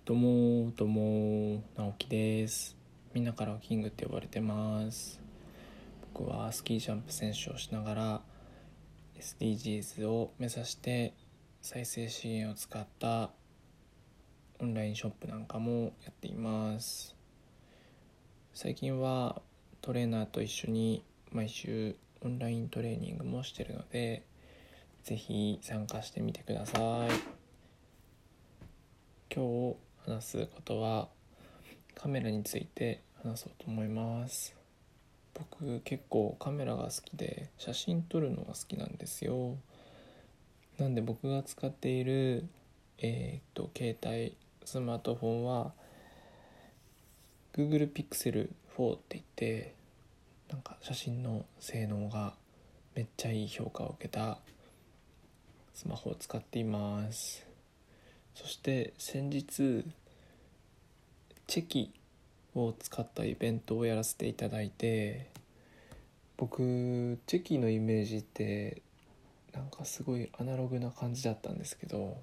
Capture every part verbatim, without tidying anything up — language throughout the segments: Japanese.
どうもどうも直樹です。みんなからはキングって呼ばれてます。僕はスキージャンプ選手をしながら エスディージーズ を目指して再生資源を使ったオンラインショップなんかもやっています。最近はトレーナーと一緒に毎週オンライントレーニングもしてるので、ぜひ参加してみてください。今日話すことはカメラについて話そうと思います。僕結構カメラが好きで写真撮るのが好きなんですよ。なんで僕が使っているえー、っと携帯スマートフォンは Google Pixel フォーって言って、なんか写真の性能がめっちゃいい評価を受けたスマホを使っています。そして先日チェキを使ったイベントをやらせていただいて、僕チェキのイメージってなんかすごいアナログな感じだったんですけど、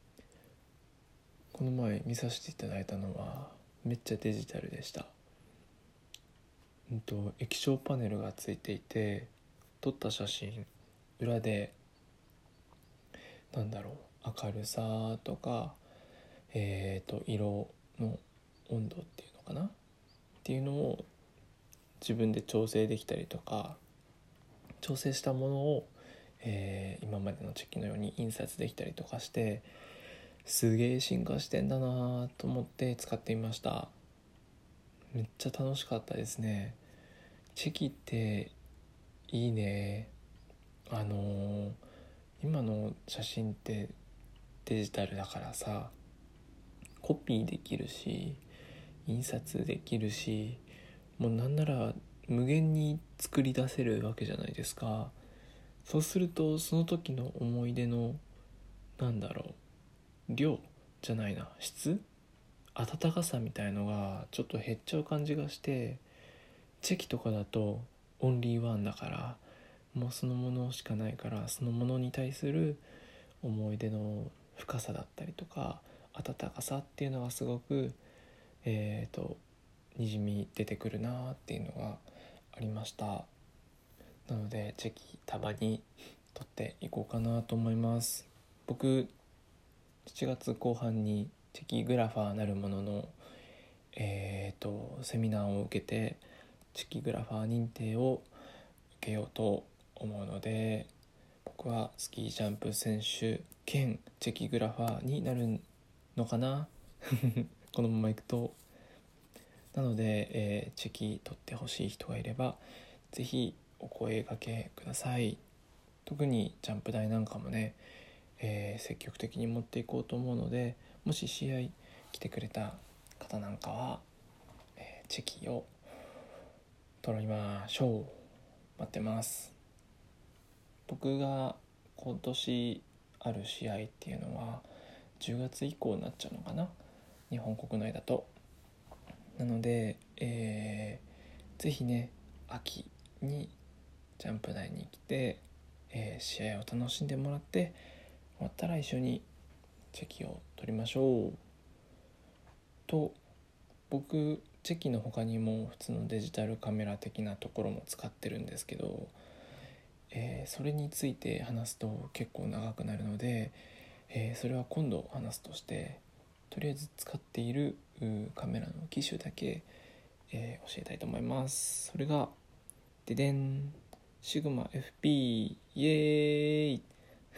この前見させていただいたのはめっちゃデジタルでした。うんと液晶パネルがついていて、撮った写真裏でなんだろう明るさとかえーと色の温度っていうのかなっていうのを自分で調整できたりとか、調整したものを、えー今までのチェキのように印刷できたりとかして、すげえ進化してんだなと思って使ってみました。めっちゃ楽しかったですね。チェキっていいね。あのー今の写真ってデジタルだからさ、コピーできるし印刷できるし、もうなんなら無限に作り出せるわけじゃないですか。そうするとその時の思い出のなんだろう量じゃないな質温かさみたいのがちょっと減っちゃう感じがして、チェキとかだとオンリーワンだから、もうそのものしかないから、そのものに対する思い出の深さだったりとか温かさっていうのがすごくえーとにじみ出てくるなっていうのがありました。なのでチェキたまに撮っていこうかなと思います。僕しちがつこう半にチェキグラファーなるもののえーとセミナーを受けてチェキグラファー認定を受けようと思うので、僕はスキージャンプ選手兼チェキグラファーになるのかなこのままいくと。なので、えーチェキ取ってほしい人がいればぜひお声掛けください。特にジャンプ台なんかもね、えー積極的に持っていこうと思うので、もし試合来てくれた方なんかは、えーチェキを取りましょう。待ってます。僕が今年ある試合っていうのはじゅうがつ以降になっちゃうのかな、日本国内だと。なので、えー、ぜひね秋にジャンプ台に来て、えー試合を楽しんでもらって終わったら一緒にチェキを取りましょうと。僕チェキの他にも普通のデジタルカメラ的なところも使ってるんですけど、えーそれについて話すと結構長くなるので、えーそれは今度話すとして、とりあえず使っているカメラの機種だけ、えー教えたいと思います。それがででんシグマ エフピー、イエーイ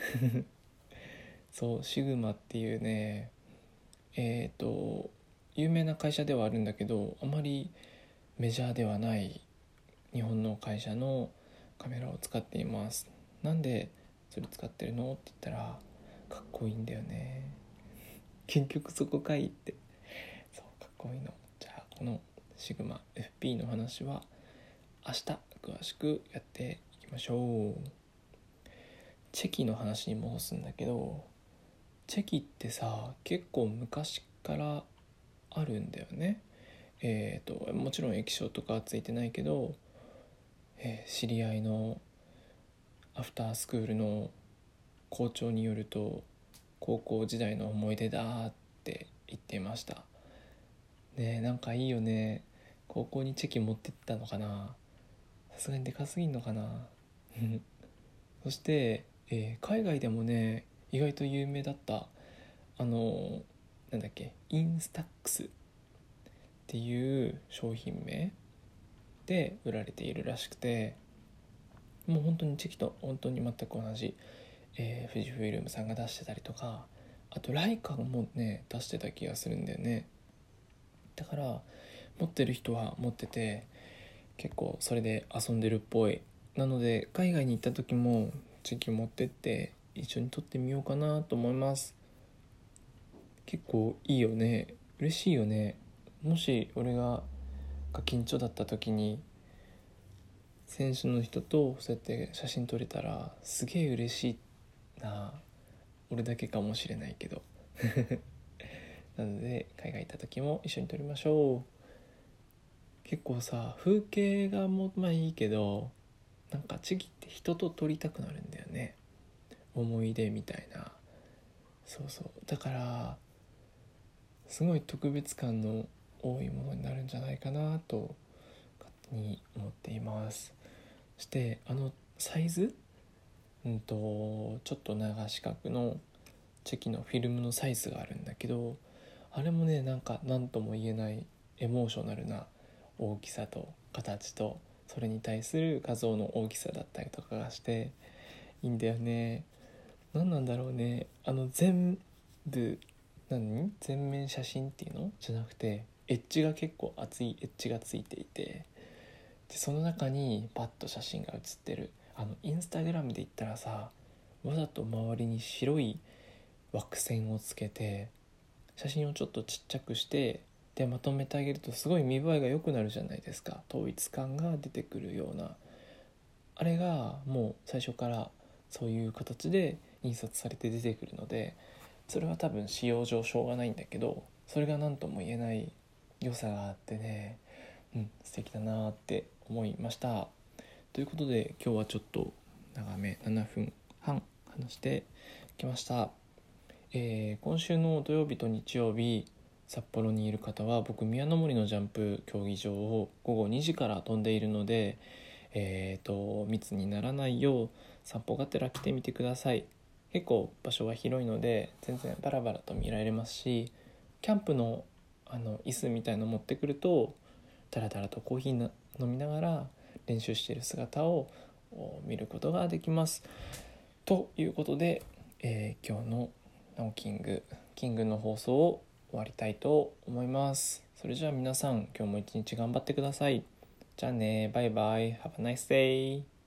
そうシグマっていうね、えっ、ー、と有名な会社ではあるんだけど、あまりメジャーではない日本の会社のカメラを使っています。なんでそれ使ってるのって言ったら、かっこいいんだよね。結局そこかいって。そうかっこいいの。じゃあこのシグマ エフピー の話は明日詳しくやっていきましょう。チェキの話に戻すんだけど、チェキってさ結構昔からあるんだよね。えーともちろん液晶とかはついてないけど、えー知り合いのアフタースクールの校長によると、高校時代の思い出だって言っていました。ねえ、なんかいいよね。高校にチェキ持ってったのかな。さすがにでかすぎんのかなそして、えー海外でもね意外と有名だったあのなんだっけインスタックスっていう商品名で売られているらしくて、もう本当にチェキと本当に全く同じ、えー、富士フイルムさんが出してたりとか、あとライカもね出してた気がするんだよね。だから持ってる人は持ってて結構それで遊んでるっぽい。なので海外に行った時もチェキ持ってって一緒に撮ってみようかなと思います。結構いいよね、嬉しいよね。もし俺がが緊張だった時に選手の人とそうやって写真撮れたらすげえ嬉しいな。俺だけかもしれないけどなので海外行った時も一緒に撮りましょう。結構さ風景画もまあいいけど、なんかチェキって人と撮りたくなるんだよね、思い出みたいな。そうそう、だからすごい特別感の多いものになるんじゃないかなと勝手に思っています。そしてあのサイズ、うんとちょっと長四角のチェキのフィルムのサイズがあるんだけど、あれもねなんか何とも言えないエモーショナルな大きさと形と、それに対する画像の大きさだったりとかがしていいんだよね。何なんだろうね、あの全部何全面写真っていうのじゃなくてエッジが結構厚いエッジがついていて、でその中にパッと写真が写ってる。あのインスタグラムで言ったらさ、わざと周りに白い枠線をつけて写真をちょっとちっちゃくしてでまとめてあげるとすごい見栄えが良くなるじゃないですか。統一感が出てくるような、あれがもう最初からそういう形で印刷されて出てくるので、それは多分使用上しょうがないんだけど、それが何とも言えない良さがあってね、うん素敵だなって思いました。ということで今日はちょっと長めななふんはん話してきました。えー今週の土曜日と日曜日札幌にいる方は、僕宮の森のジャンプ競技場を午後にじから飛んでいるので、えーと密にならないよう散歩がてら来てみてください。結構場所は広いので全然バラバラと見られますし、キャンプのあの椅子みたいの持ってくるとダラダラとコーヒーな飲みながら練習している姿を見ることができます。ということで、えー今日のナオキングキングの放送を終わりたいと思います。それじゃあ皆さん今日も一日頑張ってください。じゃあね、バイバイ。Have a nice day.